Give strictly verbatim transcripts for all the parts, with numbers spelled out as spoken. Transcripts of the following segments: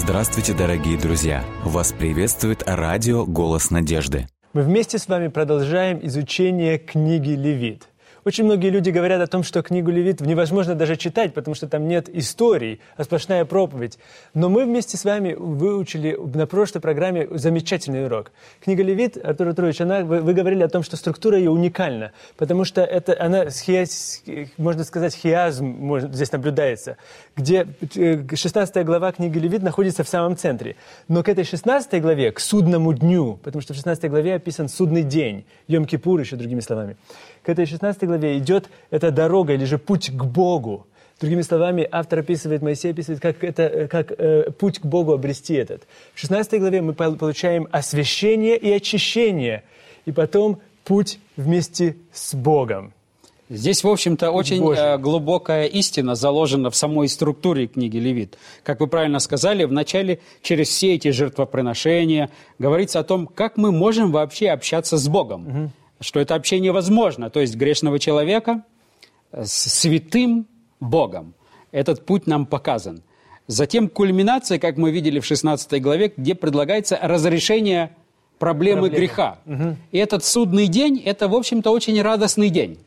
Здравствуйте, дорогие друзья! Вас приветствует радио «Голос надежды». Мы вместе с вами продолжаем изучение книги Левит. Очень многие люди говорят о том, что книгу Левит невозможно даже читать, потому что там нет историй, а сплошная проповедь. Но мы вместе с вами выучили на прошлой программе замечательный урок. Книга Левит, Артур Артурович, она, вы, вы говорили о том, что структура ее уникальна, потому что это, она, схиаз, можно сказать, хиазм может, здесь наблюдается, где шестнадцатая глава книги Левит находится в самом центре. Но к этой шестнадцатой главе, к судному дню, потому что в шестнадцатой главе описан судный день, Йом-Кипур еще другими словами, к этой шестнадцатой главе идет эта дорога, или же путь к Богу. Другими словами, автор описывает, Моисей описывает, как, это, как э, путь к Богу обрести этот. В шестнадцатой главе мы получаем освящение и очищение, и потом путь вместе с Богом. Здесь, в общем-то, очень Божий. глубокая истина заложена в самой структуре книги Левит. Как вы правильно сказали, вначале через все эти жертвоприношения говорится о том, как мы можем вообще общаться с Богом. Угу. Что это общение возможно, то есть грешного человека с святым Богом. Этот путь нам показан. Затем кульминация, как мы видели в шестнадцатой главе, где предлагается разрешение проблемы Проблема. греха. Угу. И этот судный день – это, в общем-то, очень радостный день.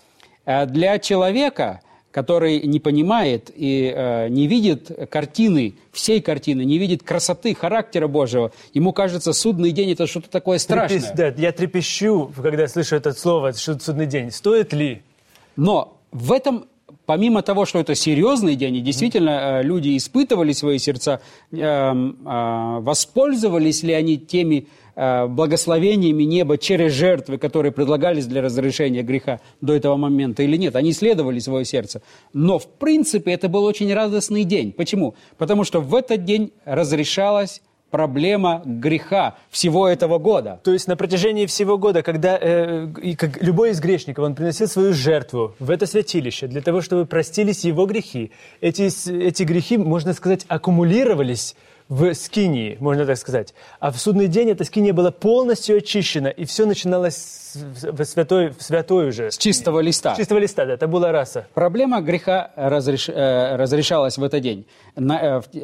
Для человека, который не понимает и э, не видит картины, всей картины, не видит красоты, характера Божьего, ему кажется, судный день – это что-то такое страшное. Трепещ, да, я трепещу, когда слышу это слово, что судный день. Стоит ли? Но в этом, помимо того, что это серьезный день, и действительно mm-hmm. люди испытывали свои сердца, э, э, воспользовались ли они теми благословениями неба через жертвы, которые предлагались для разрешения греха до этого момента или нет. Они исследовали свое сердце. Но, в принципе, это был очень радостный день. Почему? Потому что в этот день разрешалась проблема греха всего этого года. То есть на протяжении всего года, когда э, и, как любой из грешников, он приносил свою жертву в это святилище для того, чтобы простились его грехи, эти, эти грехи, можно сказать, аккумулировались в скинии, можно так сказать. А в судный день эта скиния была полностью очищена, и все начиналось в святой, в святой уже. С чистого листа. С чистого листа, да, табула раса. Проблема греха разреш... разрешалась в этот день. На, э,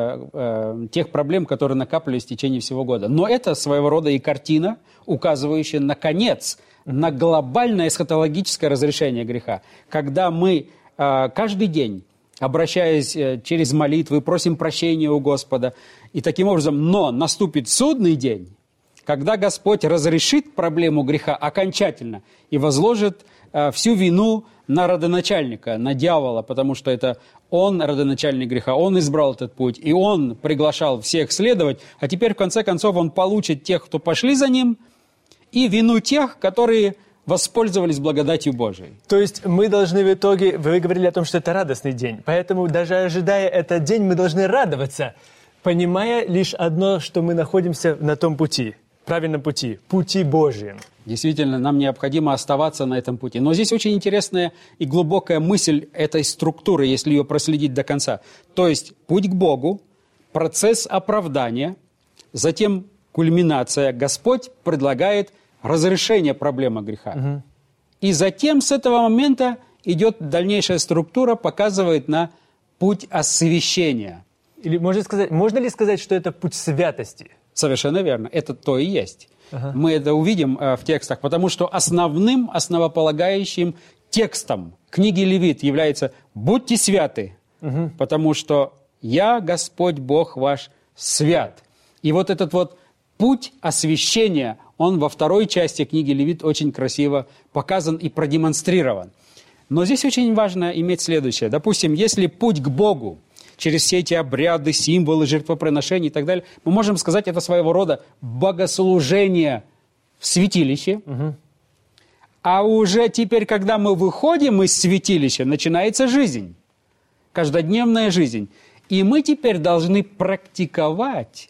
э, тех проблем, которые накапливались в течение всего года. Но это своего рода и картина, указывающая на конец, на глобальное эсхатологическое разрешение греха. Когда мы э, каждый день, обращаясь через молитвы, просим прощения у Господа. И таким образом, но наступит судный день, когда Господь разрешит проблему греха окончательно и возложит э, всю вину на родоначальника, на дьявола, потому что это он родоначальник греха, он избрал этот путь, и он приглашал всех следовать, а теперь, в конце концов, он получит тех, кто пошли за ним, и вину тех, которые воспользовались благодатью Божией. То есть мы должны в итоге, вы говорили о том, что это радостный день, поэтому даже ожидая этот день, мы должны радоваться, понимая лишь одно, что мы находимся на том пути, правильном пути, пути Божьем. Действительно, нам необходимо оставаться на этом пути. Но здесь очень интересная и глубокая мысль этой структуры, если ее проследить до конца. То есть путь к Богу, процесс оправдания, затем кульминация. Господь предлагает разрешение проблемы греха. Угу. И затем с этого момента идет дальнейшая структура, показывает на путь освящения. Или можно сказать, можно ли сказать, что это путь святости? Совершенно верно. Это то и есть. Ага. Мы это увидим э, в текстах, потому что основным, основополагающим текстом книги Левит является «Будьте святы, угу. потому что я, Господь Бог ваш, свят». И вот этот вот путь освящения, он во второй части книги Левит очень красиво показан и продемонстрирован. Но здесь очень важно иметь следующее. Допустим, если путь к Богу через все эти обряды, символы, жертвоприношения и так далее, мы можем сказать, это своего рода богослужение в святилище. Угу. А уже теперь, когда мы выходим из святилища, начинается жизнь, каждодневная жизнь. И мы теперь должны практиковать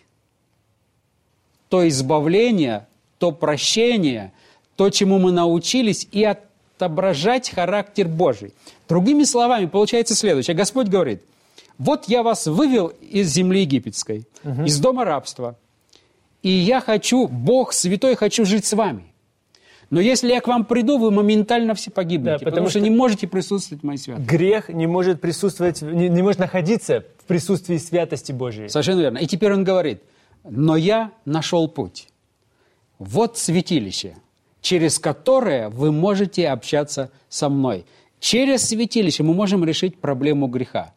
то избавление, то прощение, то, чему мы научились, и отображать характер Божий. Другими словами, получается следующее. Господь говорит, вот я вас вывел из земли египетской, угу. из дома рабства, и я хочу, Бог святой, хочу жить с вами. Но если я к вам приду, вы моментально все погибнете, Да, потому потому что, что не можете присутствовать в моей святости. Грех не может присутствовать, не, не может находиться в присутствии святости Божьей. Совершенно верно. И теперь он говорит, но я нашел путь. Вот святилище, через которое вы можете общаться со мной. Через святилище мы можем решить проблему греха.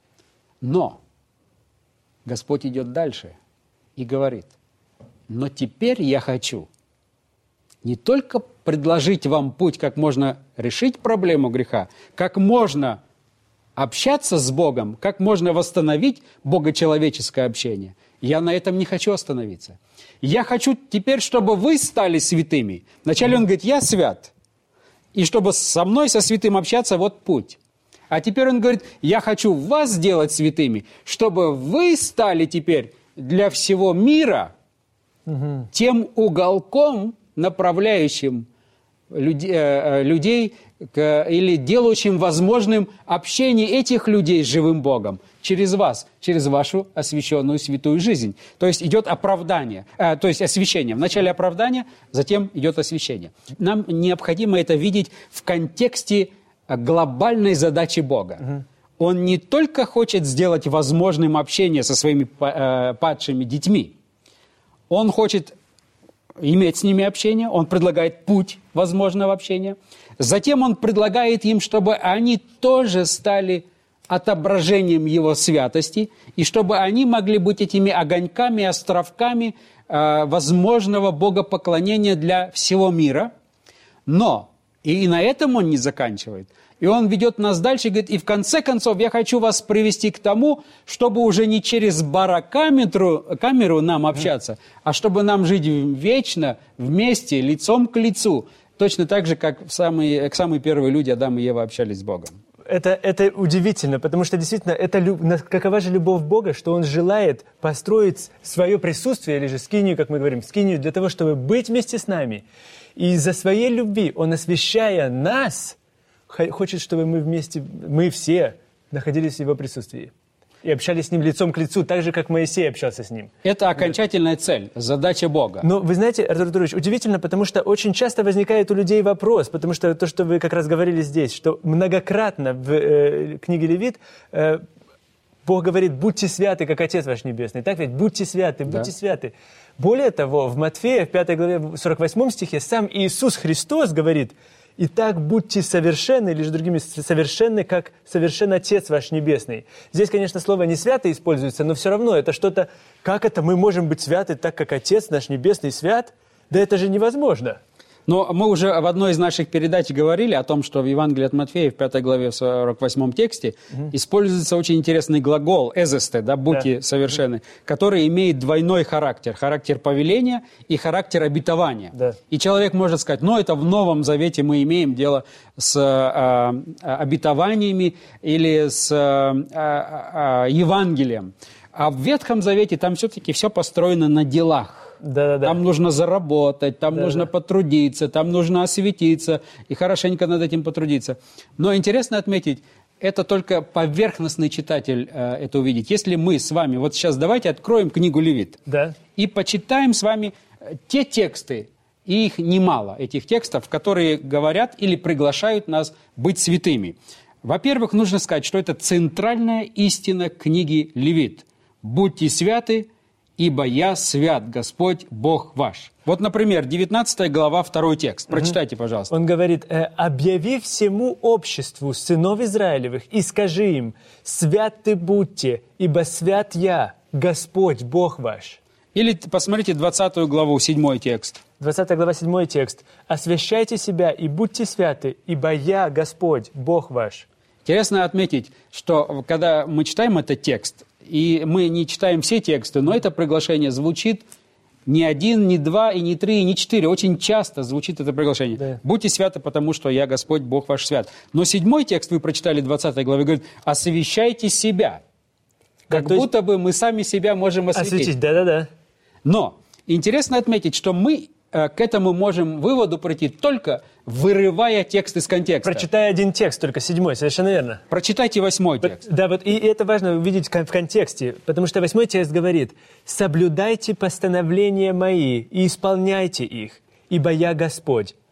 Но Господь идет дальше и говорит, но теперь я хочу не только предложить вам путь, как можно решить проблему греха, как можно общаться с Богом, как можно восстановить богочеловеческое общение. Я на этом не хочу остановиться. Я хочу теперь, чтобы вы стали святыми. Вначале он говорит, я свят. И чтобы со мной, со святым общаться, вот путь. А теперь он говорит, я хочу вас сделать святыми, чтобы вы стали теперь для всего мира угу. тем уголком, направляющим людей, людей к, или делающим возможным общение этих людей с живым Богом через вас, через вашу освященную святую жизнь. То есть идет оправдание, э, то есть освящение. Вначале оправдание, затем идет освящение. Нам необходимо это видеть в контексте глобальной задачи Бога. Угу. Он не только хочет сделать возможным общение со своими э, падшими детьми, он хочет иметь с ними общение, он предлагает путь возможного общения. Затем он предлагает им, чтобы они тоже стали отображением его святости, и чтобы они могли быть этими огоньками, островками э, возможного богопоклонения для всего мира. Но и, и на этом он не заканчивает. И он ведет нас дальше и говорит, и в конце концов я хочу вас привести к тому, чтобы уже не через барокамеру камеру нам общаться, а чтобы нам жить вечно, вместе, лицом к лицу. Точно так же, как в самые, самые первые люди, Адам и Ева, общались с Богом. Это, это удивительно, потому что действительно, это, какова же любовь Бога, что Он желает построить свое присутствие, или же скинию, как мы говорим, скинию для того, чтобы быть вместе с нами. И из-за своей любви Он, освящая нас, хочет, чтобы мы вместе, мы все находились в Его присутствии и общались с Ним лицом к лицу, так же, как Моисей общался с Ним. Это окончательная цель, задача Бога. Но вы знаете, Артур Артурович, удивительно, потому что очень часто возникает у людей вопрос, потому что то, что вы как раз говорили здесь, что многократно в э, книге Левит э, Бог говорит, будьте святы, как Отец ваш Небесный. Так ведь? Будьте святы, будьте да. святы. Более того, в Матфея, в пятой главе, в сорок восьмом стихе, сам Иисус Христос говорит, «Итак, будьте совершенны», или же другими, «совершенны, как совершен Отец ваш Небесный». Здесь, конечно, слово «не свято» используется, но все равно это что-то, как это мы можем быть святы так, как Отец наш Небесный свят? Да это же невозможно. Но мы уже в одной из наших передач говорили о том, что в Евангелии от Матфея, в пятой главе, в сорок восьмом тексте, угу. используется очень интересный глагол «эзесте», да, «будьте да. совершенны», который имеет двойной характер. Характер повеления и характер обетования. Да. И человек может сказать, ну, это в Новом Завете мы имеем дело с э, обетованиями или с э, э, Евангелием. А в Ветхом Завете там все-таки все построено на делах. Да, да, да. Там нужно заработать, там да, нужно да. потрудиться, там нужно осветиться, и хорошенько над этим потрудиться. Но интересно отметить, это только поверхностный читатель э, это увидит. Если мы с вами, вот сейчас давайте откроем книгу Левит да. и почитаем с вами те тексты, и их немало, этих текстов, которые говорят или приглашают нас быть святыми. Во-первых, нужно сказать, что это центральная истина книги Левит. «Будьте святы, ибо я свят, Господь, Бог ваш». Вот, например, девятнадцатая глава, второй текст. Прочитайте, пожалуйста. Он говорит, «Объяви всему обществу сынов Израилевых и скажи им, святы будьте, ибо свят я, Господь, Бог ваш». Или посмотрите двадцатую главу, седьмой текст. двадцатая глава, седьмой текст. «Освящайте себя и будьте святы, ибо я, Господь, Бог ваш». Интересно отметить, что когда мы читаем этот текст, и мы не читаем все тексты, но это приглашение звучит не один, не два, и не три, и не четыре. Очень часто звучит это приглашение. Да. «Будьте святы, потому что я, Господь, Бог ваш свят». Но седьмой текст вы прочитали в двадцатой главе, говорит, «Освящайте себя». Как да, будто есть... бы мы сами себя можем осветить. Осветить, да-да-да. Но интересно отметить, что мы э, к этому можем выводу прийти только вырывая текст из контекста. Прочитая один текст, только седьмой, совершенно верно. Прочитайте восьмой текст. Да, вот и это важно увидеть в контексте, потому что восьмой текст говорит, «Соблюдайте постановления мои и исполняйте их, ибо я Господь,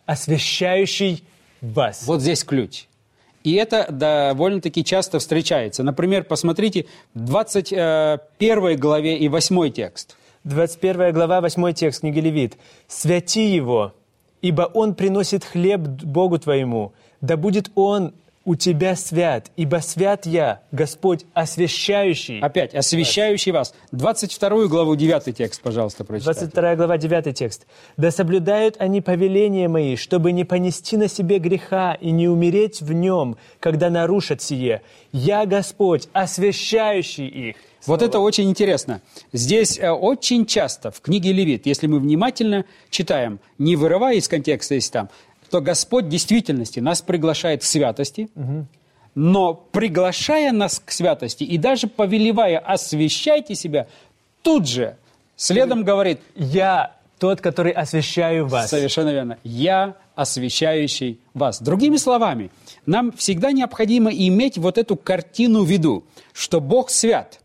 освящающий вас». Вот здесь ключ. И это довольно-таки часто встречается. Например, посмотрите в двадцать первой главе и восьмой текст. двадцать первая глава, восьмой текст книги Левит. «Святи его, ибо он приносит хлеб Богу твоему, да будет он у тебя свят, ибо свят я, Господь, освящающий». Опять, освящающий вас. двадцать вторую главу, девятый текст, пожалуйста, прочитайте. двадцать вторая глава, девятый текст. «Да соблюдают они повеления мои, чтобы не понести на себе греха и не умереть в нем, когда нарушат сие. Я, Господь, освящающий их». Вот это очень интересно. Здесь э, очень часто в книге Левит, если мы внимательно читаем, не вырывая из контекста, если там, то Господь в действительности нас приглашает к святости, угу. но приглашая нас к святости и даже повелевая «освящайте себя», тут же следом говорит «Я тот, который освящаю вас». Совершенно верно. «Я освящающий вас». Другими словами, нам всегда необходимо иметь вот эту картину в виду, что Бог свят.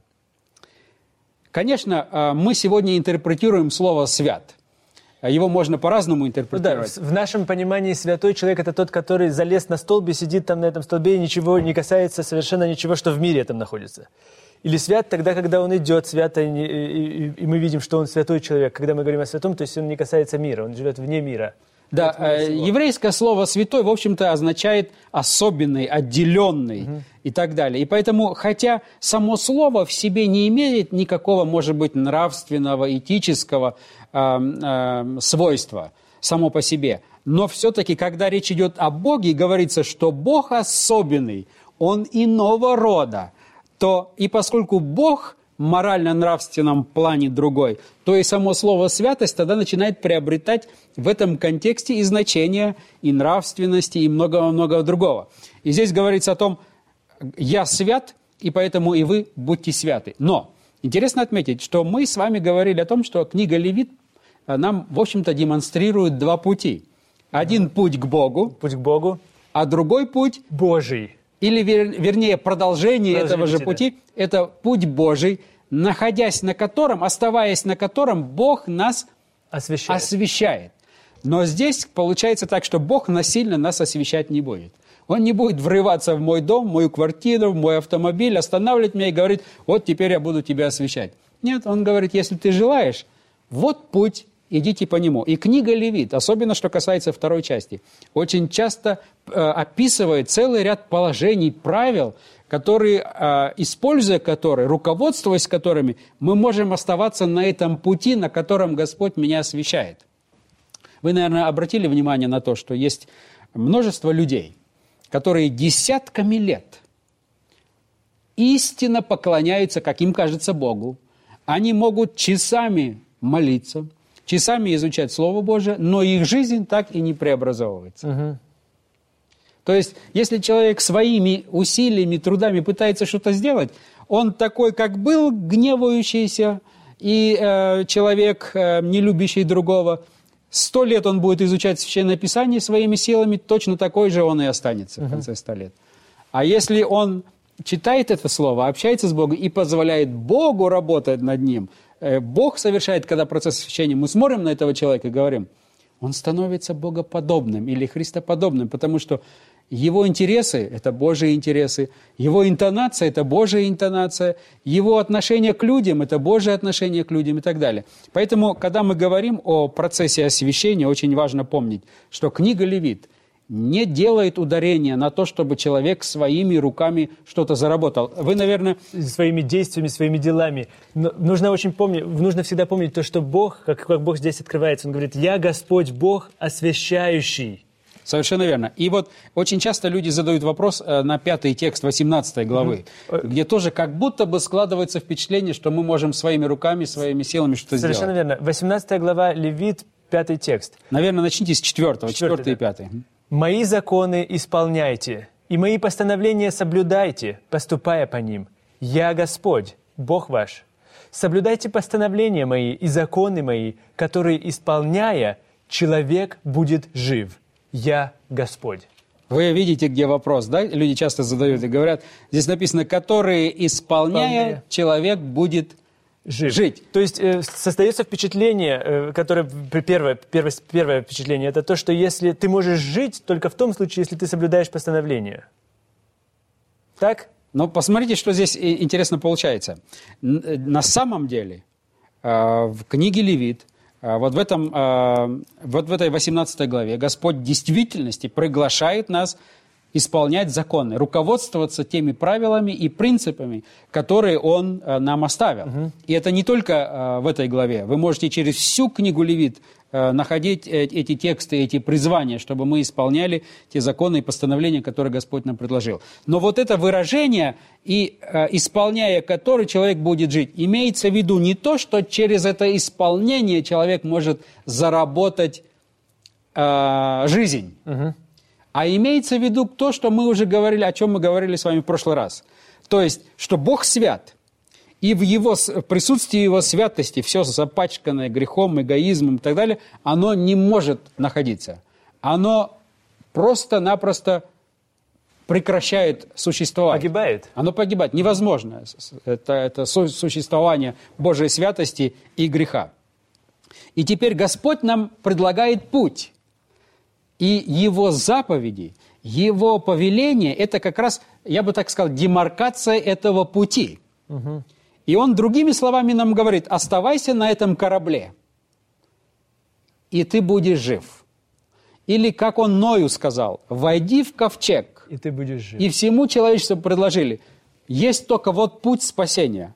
Конечно, мы сегодня интерпретируем слово «свят». Его можно по-разному интерпретировать. Ну да, в нашем понимании святой человек – это тот, который залез на столб и сидит там на этом столбе, и ничего не касается совершенно ничего, что в мире там находится. Или свят тогда, когда он идет свято, и, и, и мы видим, что он святой человек. Когда мы говорим о святом, то есть он не касается мира, он живет вне мира. Да, э, еврейское слово «святой», в общем-то, означает особенный, отделенный угу. и так далее. И поэтому, хотя само слово в себе не имеет никакого, может быть, нравственного, этического э, э, свойства само по себе, но все-таки, когда речь идет о Боге, говорится, что Бог особенный, Он иного рода, то и поскольку Бог в морально-нравственном плане другой, то и само слово «святость» тогда начинает приобретать в этом контексте и значение, и нравственности, и много-много другого. И здесь говорится о том, «я свят, и поэтому и вы будьте святы». Но интересно отметить, что мы с вами говорили о том, что книга Левит нам, в общем-то, демонстрирует два пути. Один путь к Богу, путь к Богу, а другой путь Божий. Или, вер, вернее, продолжение, продолжение этого же пути, да. Это путь Божий, находясь на котором, оставаясь на котором, Бог нас освящает. освящает. Но здесь получается так, что Бог насильно нас освящать не будет. Он не будет врываться в мой дом, в мою квартиру, в мой автомобиль, останавливать меня и говорить, вот теперь я буду тебя освящать. Нет, он говорит, если ты желаешь, вот путь, идите по нему. И книга Левит, особенно что касается второй части, очень часто э, описывает целый ряд положений, правил, которые, э, используя которые, руководствуясь которыми, мы можем оставаться на этом пути, на котором Господь меня освящает. Вы, наверное, обратили внимание на то, что есть множество людей, которые десятками лет истинно поклоняются, как им кажется, Богу. Они могут часами молиться, часами изучать Слово Божие, но их жизнь так и не преобразовывается. Угу. То есть, если человек своими усилиями, трудами пытается что-то сделать, он такой, как был, гневающийся, и э, человек, э, не любящий другого, сто лет он будет изучать Священное Писание своими силами, точно такой же он и останется угу. в конце ста лет. А если он читает это Слово, общается с Богом и позволяет Богу работать над ним, Бог совершает, когда процесс освящения, мы смотрим на этого человека и говорим, он становится богоподобным или христоподобным, потому что его интересы – это Божьи интересы, его интонация – это Божья интонация, его отношение к людям – это Божье отношение к людям и так далее. Поэтому, когда мы говорим о процессе освящения, очень важно помнить, что книга Левит не делает ударения на то, чтобы человек своими руками что-то заработал. Вы, наверное... Своими действиями, своими делами. Но нужно, очень помнить, нужно всегда помнить то, что Бог, как, как Бог здесь открывается, Он говорит, «Я Господь Бог, освящающий». Совершенно верно. И вот очень часто люди задают вопрос на пятый текст восемнадцатой главы, mm-hmm. где тоже как будто бы складывается впечатление, что мы можем своими руками, своими силами что-то сделать. Совершенно верно. восемнадцатая глава, Левит, пятый текст. Наверное, начните с четвертого, четвертый и пятый. «Мои законы исполняйте, и мои постановления соблюдайте, поступая по ним. Я Господь, Бог ваш. Соблюдайте постановления мои и законы мои, которые, исполняя, человек будет жив. Я Господь». Вы видите, где вопрос, да? Люди часто задают и говорят, здесь написано, которые, исполняя, исполняя. человек будет Жив. Жить. То есть э, создается впечатление, э, которое первое, первое, первое впечатление, это то, что если ты можешь жить только в том случае, если ты соблюдаешь постановление. Так? Но посмотрите, что здесь интересно получается. На самом деле, в книге Левит, вот в, этом, вот в этой восемнадцатой главе, Господь в действительности приглашает нас исполнять законы, руководствоваться теми правилами и принципами, которые Он нам оставил. Угу. И это не только в этой главе. Вы можете через всю книгу Левит находить эти тексты, эти призвания, чтобы мы исполняли те законы и постановления, которые Господь нам предложил. Но вот это выражение, и исполняя которое человек будет жить, имеется в виду не то, что через это исполнение человек может заработать э, жизнь, угу. а имеется в виду то, что мы уже говорили, о чем мы говорили с вами в прошлый раз. То есть, что Бог свят, и в его в присутствии Его святости все запачканное грехом, эгоизмом и так далее, оно не может находиться. Оно просто-напросто прекращает существовать. Погибает. Оно погибает. Невозможно. Это, это существование Божьей святости и греха. И теперь Господь нам предлагает путь. И Его заповеди, Его повеление, это как раз, я бы так сказал, демаркация этого пути. Угу. И Он другими словами нам говорит: оставайся на этом корабле, и ты будешь жив. Или, как Он Ною сказал, войди в ковчег, и ты будешь жив. И всему человечеству предложили: есть только вот путь спасения.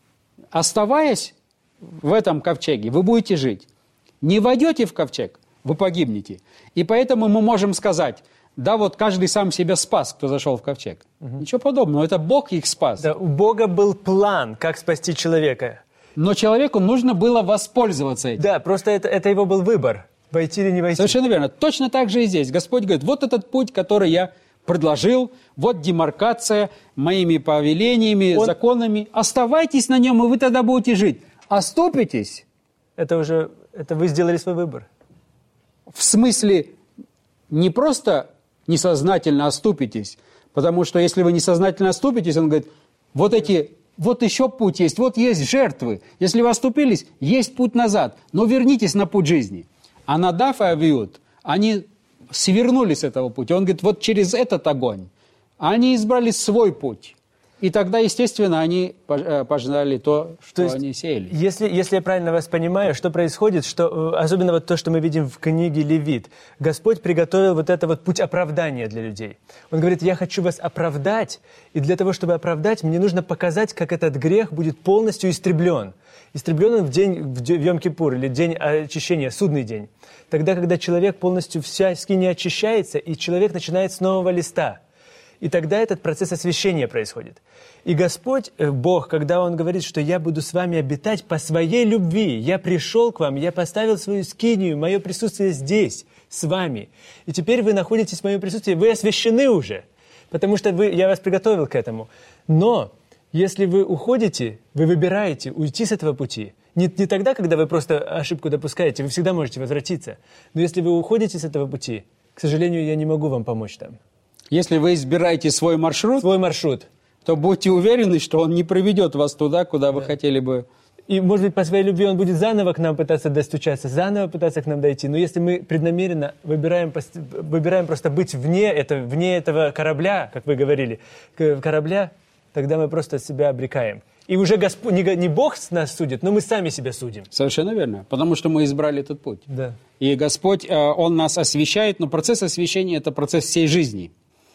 Оставаясь в этом ковчеге, вы будете жить. Не войдете в ковчег, вы погибнете. И поэтому мы можем сказать: да, вот каждый сам себя спас, кто зашел в ковчег. Угу. Ничего подобного, это Бог их спас. Да, у Бога был план, как спасти человека. Но человеку нужно было воспользоваться этим. Да, просто это, это его был выбор, войти или не войти. Совершенно верно. Точно так же и здесь. Господь говорит: вот этот путь, который я предложил, вот демаркация моими повелениями, Он... законами. Оставайтесь на нем, и вы тогда будете жить. Оступитесь. Это уже, это вы сделали свой выбор. В смысле, не просто несознательно оступитесь, потому что если вы несознательно оступитесь, Он говорит: вот эти, вот еще путь есть, вот есть жертвы. Если вы оступились, есть путь назад, но вернитесь на путь жизни. А Надав и Авиуд, они свернули с этого пути. Он говорит: вот через этот огонь. Они избрали свой путь. И тогда, естественно, они пожинали то, что то есть, они сеяли. Если, если я правильно вас понимаю, что происходит, что, особенно вот то, что мы видим в книге Левит, Господь приготовил вот это вот путь оправдания для людей. Он говорит: я хочу вас оправдать, и для того, чтобы оправдать, мне нужно показать, как этот грех будет полностью истреблен. Истреблен он в день, в Йом-Кипур, или день очищения, судный день. Тогда, когда человек полностью вся скиния очищается, и человек начинает с нового листа. И тогда этот процесс освящения происходит. И Господь, Бог, когда Он говорит, что «я буду с вами обитать по своей любви», «я пришел к вам, я поставил свою скинию, мое присутствие здесь, с вами». И теперь вы находитесь в моем присутствии, вы освящены уже, потому что вы, я вас приготовил к этому. Но если вы уходите, вы выбираете уйти с этого пути. Не, не тогда, когда вы просто ошибку допускаете, вы всегда можете возвратиться. Но если вы уходите с этого пути, к сожалению, я не могу вам помочь там. Если вы избираете свой маршрут, свой маршрут, то будьте уверены, что он не приведет вас туда, куда вы да. хотели бы. И, может быть, по своей любви он будет заново к нам пытаться достучаться, заново пытаться к нам дойти. Но если мы преднамеренно выбираем, выбираем просто быть вне, это, вне этого корабля, как вы говорили, корабля, тогда мы просто себя обрекаем. И уже Господь, не, не Бог нас судит, но мы сами себя судим. Совершенно верно, потому что мы избрали этот путь. Да. И Господь, Он нас освящает, но процесс освящения – это процесс всей жизни.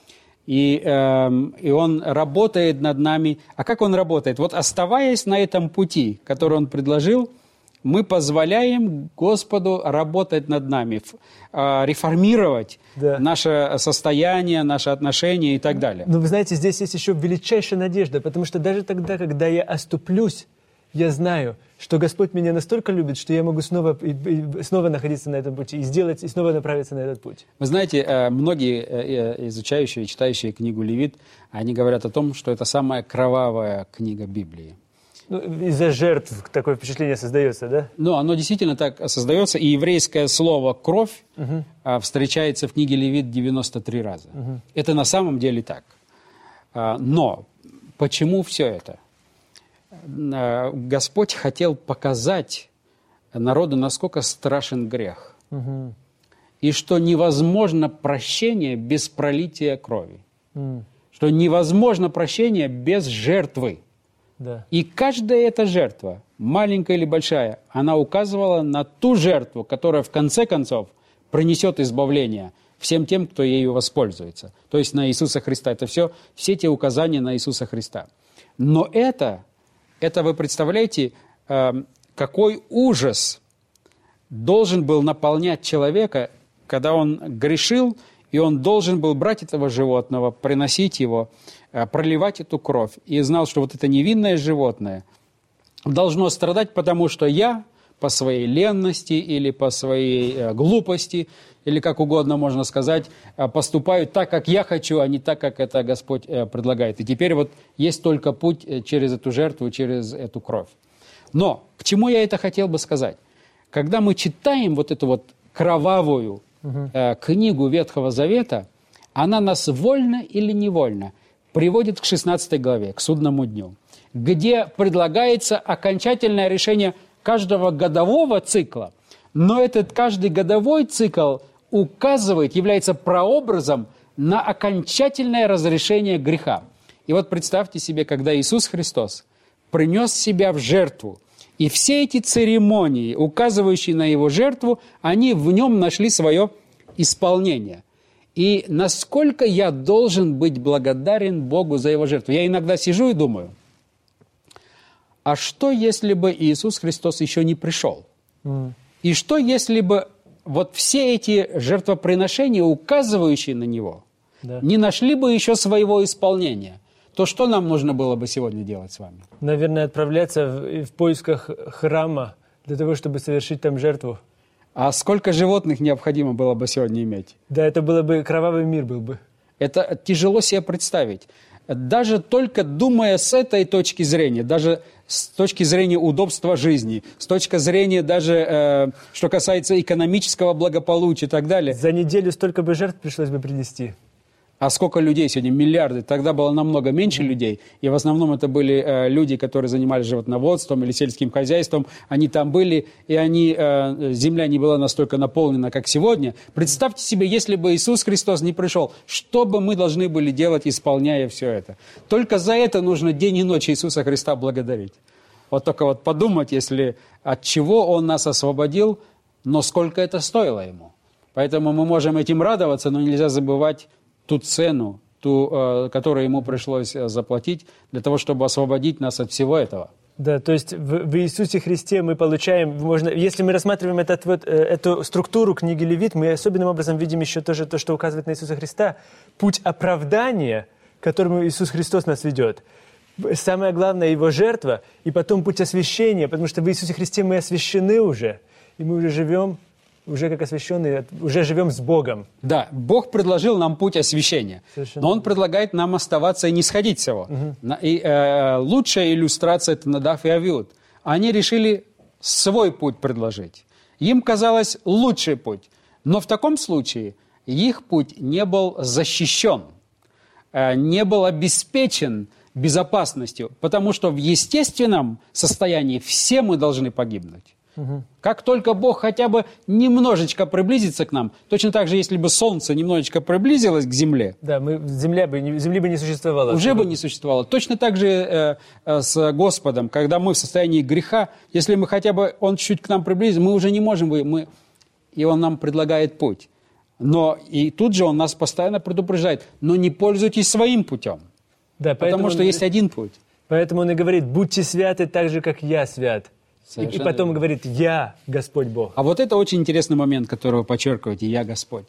И, э, и Он работает над нами. А как Он работает? Вот оставаясь на этом пути, который Он предложил, мы позволяем Господу работать над нами, э, реформировать да. наше состояние, наши отношения и так далее. Но вы знаете, здесь есть еще величайшая надежда, потому что даже тогда, когда я оступлюсь, я знаю, что Господь меня настолько любит, что я могу снова, снова находиться на этом пути и сделать, и снова направиться на этот путь. Вы знаете, многие изучающие, читающие книгу Левит, они говорят о том, что это самая кровавая книга Библии. Ну, из-за жертв такое впечатление создается, да? Ну, оно действительно так создается, и еврейское слово «кровь» угу. встречается в книге Левит девяносто три раза. Угу. Это на самом деле так. Но почему все это? Господь хотел показать народу, насколько страшен грех. Мгм. И что невозможно прощение без пролития крови. М, Что невозможно прощение без жертвы. Да. И каждая эта жертва, маленькая или большая, она указывала на ту жертву, которая в конце концов принесет избавление всем тем, кто ею воспользуется. То есть на Иисуса Христа. Это все, все те указания на Иисуса Христа. Но это, это вы представляете, э, какой ужас должен был наполнять человека, когда он грешил, и он должен был брать этого животного, приносить его, проливать эту кровь. И знал, что вот это невинное животное должно страдать, потому что я по своей ленности или по своей глупости, или как угодно можно сказать, поступаю так, как я хочу, а не так, как это Господь предлагает. И теперь вот есть только путь через эту жертву, через эту кровь. Но к чему я это хотел бы сказать? Когда мы читаем вот эту вот кровавую э, книгу Ветхого Завета, она нас вольно или невольно приводит к шестнадцатой главе, к судному дню, где предлагается окончательное решение каждого годового цикла. Но этот каждый годовой цикл указывает, является прообразом на окончательное разрешение греха. И вот представьте себе, когда Иисус Христос принес себя в жертву, и все эти церемонии, указывающие на Его жертву, они в Нем нашли свое исполнение. И насколько я должен быть благодарен Богу за Его жертву? Я иногда сижу и думаю, а что, если бы Иисус Христос еще не пришел? М, И что, если бы вот все эти жертвоприношения, указывающие на Него, Да. не нашли бы еще своего исполнения? То что нам нужно было бы сегодня делать с вами? Наверное, отправляться в, в поисках храма для того, чтобы совершить там жертву. А сколько животных необходимо было бы сегодня иметь? Да, это было бы кровавый мир был бы. Это тяжело себе представить. Даже только думая с этой точки зрения, даже с точки зрения удобства жизни, с точки зрения даже, э, что касается экономического благополучия и так далее. За неделю столько бы жертв пришлось бы принести. А сколько людей сегодня? Миллиарды. Тогда было намного меньше людей. И в основном это были э, люди, которые занимались животноводством или сельским хозяйством. Они там были, и они, э, земля не была настолько наполнена, как сегодня. Представьте себе, если бы Иисус Христос не пришел, что бы мы должны были делать, исполняя все это? Только за это нужно день и ночь Иисуса Христа благодарить. Вот только вот подумать, если от чего Он нас освободил, но сколько это стоило Ему. Поэтому мы можем этим радоваться, но нельзя забывать ту цену, ту, э, которую Ему пришлось заплатить для того, чтобы освободить нас от всего этого. Да, то есть в, в Иисусе Христе мы получаем, можно, если мы рассматриваем этот, вот, э, эту структуру книги Левит, мы особенным образом видим еще тоже то, что указывает на Иисуса Христа, путь оправдания, к которому Иисус Христос нас ведет. Самое главное — Его жертва, и потом путь освящения, потому что в Иисусе Христе мы освящены уже, и мы уже живем, уже как освященные, уже живем с Богом. Да, Бог предложил нам путь освящения, Совершенно но Он предлагает нам оставаться и не сходить с его. На- И, э, лучшая иллюстрация – это Надав и Авиуд. Они решили свой путь предложить. Им казалось лучший путь, но в таком случае их путь не был защищен, э, не был обеспечен безопасностью, потому что в естественном состоянии все мы должны погибнуть. Как только Бог хотя бы немножечко приблизится к нам, точно так же, если бы Солнце немножечко приблизилось к Земле, Да, мы, земля бы, не- земли бы не существовало. уже бы не существовало. Точно так же э, э, с Господом, когда мы в состоянии греха, если мы хотя бы, Он чуть-чуть к нам приблизится, мы уже не можем, вы- мы, и Он нам предлагает путь. Но и тут же Он нас постоянно предупреждает, но не пользуйтесь своим путем, Да, потому поэтому что он- есть один путь. Поэтому он и говорит: будьте святы так же, как я свят. И, и Совершенно потом верно. говорит: я Господь Бог. А вот это очень интересный момент, который вы подчеркиваете, «Я Господь».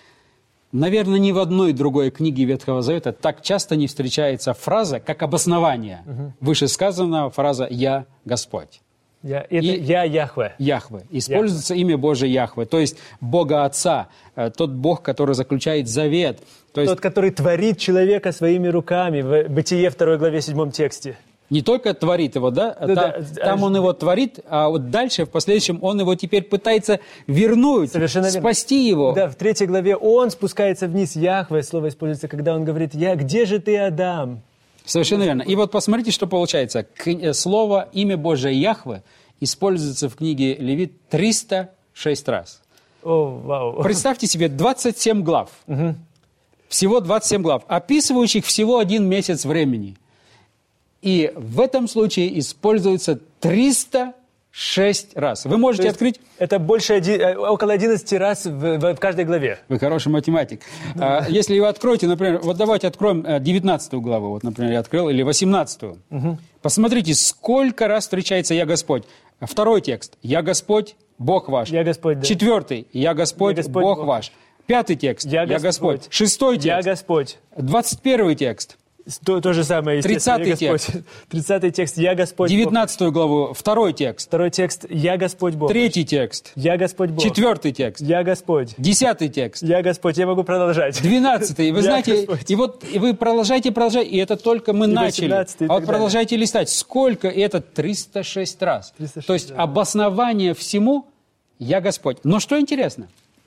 Наверное, ни в одной другой книге Ветхого Завета так часто не встречается фраза, как обоснование вышесказанного фраза «Я Господь». Я, это, И- я Яхве. Яхве. Используется имя Божие Яхве, то есть Бога Отца, э, тот Бог, который заключает завет. То есть Тот, который творит человека своими руками, в Бытие второй главе седьмом тексте. не только творит его, да? Да, Та- да. Там он его творит, а вот дальше, в последующем, он его теперь пытается вернуть, Совершенно верно. спасти его. Да, в третьей главе он спускается вниз. Яхве слово используется, когда он говорит: я, где же ты, Адам? Совершенно верно. И вот посмотрите, что получается. К- Слово «Имя Божие Яхве» используется в книге Левит триста шесть раз. О, вау. Представьте себе двадцать семь глав. Всего двадцать семь глав, описывающих всего один месяц времени. И в этом случае используется триста шесть раз. Вы можете открыть... Это больше, оди- около одиннадцати раз в, в- в каждой главе. Вы хороший математик. А, если вы откроете, например, вот давайте откроем э, девятнадцатую главу, вот, например, я открыл, или восемнадцатую. Посмотрите, сколько раз встречается «Я Господь». Второй текст. «Я Господь, Бог ваш». Я Господь, да. Четвертый. «Я Господь, Я Господь, Бог, Бог ваш». Пятый текст. Я «Я Господь». Господь. Шестой текст. Я Господь. Двадцать первый текст. То, то же самое, естественно. Тридцатый Я Господь. Тридцатый текст. Я Господь Бог. Девятнадцатую главу. Второй текст. Второй текст. Я Господь Бог. Третий текст. Я Господь Бог. Четвертый текст. Я Господь. Десятый текст. Я Господь. Я могу продолжать. Двенадцатый. Вы Я знаете, Господь. и вот и вы продолжаете, продолжаете, и это только мы И начали. восемнадцатый, и А вот так продолжайте листать. Сколько? И это триста шесть раз. триста шесть, То есть да. обоснование всему «Я Господь». Но что интересно?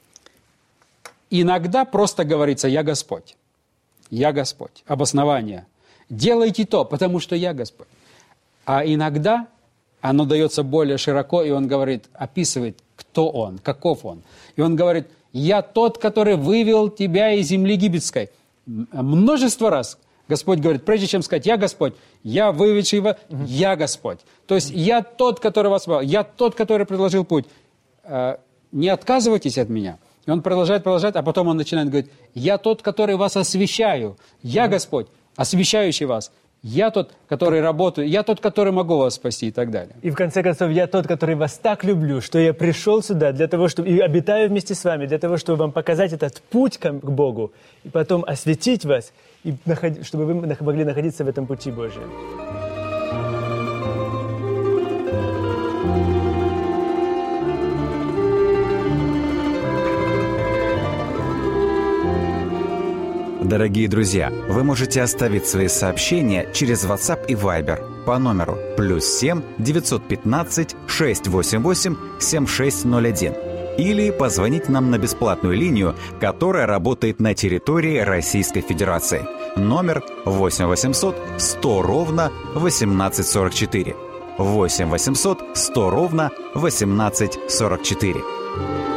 Иногда просто говорится «Я Господь». «Я Господь». Обоснование. Делайте то, потому что я Господь. А иногда оно дается более широко, и он говорит, описывает, кто он, каков он. И он говорит, я тот, который вывел тебя из земли египетской. М- Множество раз Господь говорит, прежде чем сказать, я Господь, я выведший его, я Господь. То есть я тот, который вас вывел, я тот, который предложил путь. Э, Не отказывайтесь от меня. И он продолжает, продолжает, а потом он начинает говорить, я тот, который вас освящаю, я Господь, освящающий вас. Я тот, который работаю, я тот, который могу вас спасти и так далее. И в конце концов, я тот, который вас так люблю, что я пришел сюда для того, чтобы и обитаю вместе с вами, для того, чтобы вам показать этот путь к к Богу, и потом осветить вас, и наход- чтобы вы нах- могли находиться в этом пути Божьем. Дорогие друзья, вы можете оставить свои сообщения через WhatsApp и Viber по номеру плюс семь девятьсот пятнадцать шестьсот восемьдесят восемь семьдесят шесть ноль один или позвонить нам на бесплатную линию, которая работает на территории Российской Федерации. Номер восемь восемьсот сто ровно восемнадцать сорок четыре. восемь восемьсот сто ровно восемнадцать сорок четыре.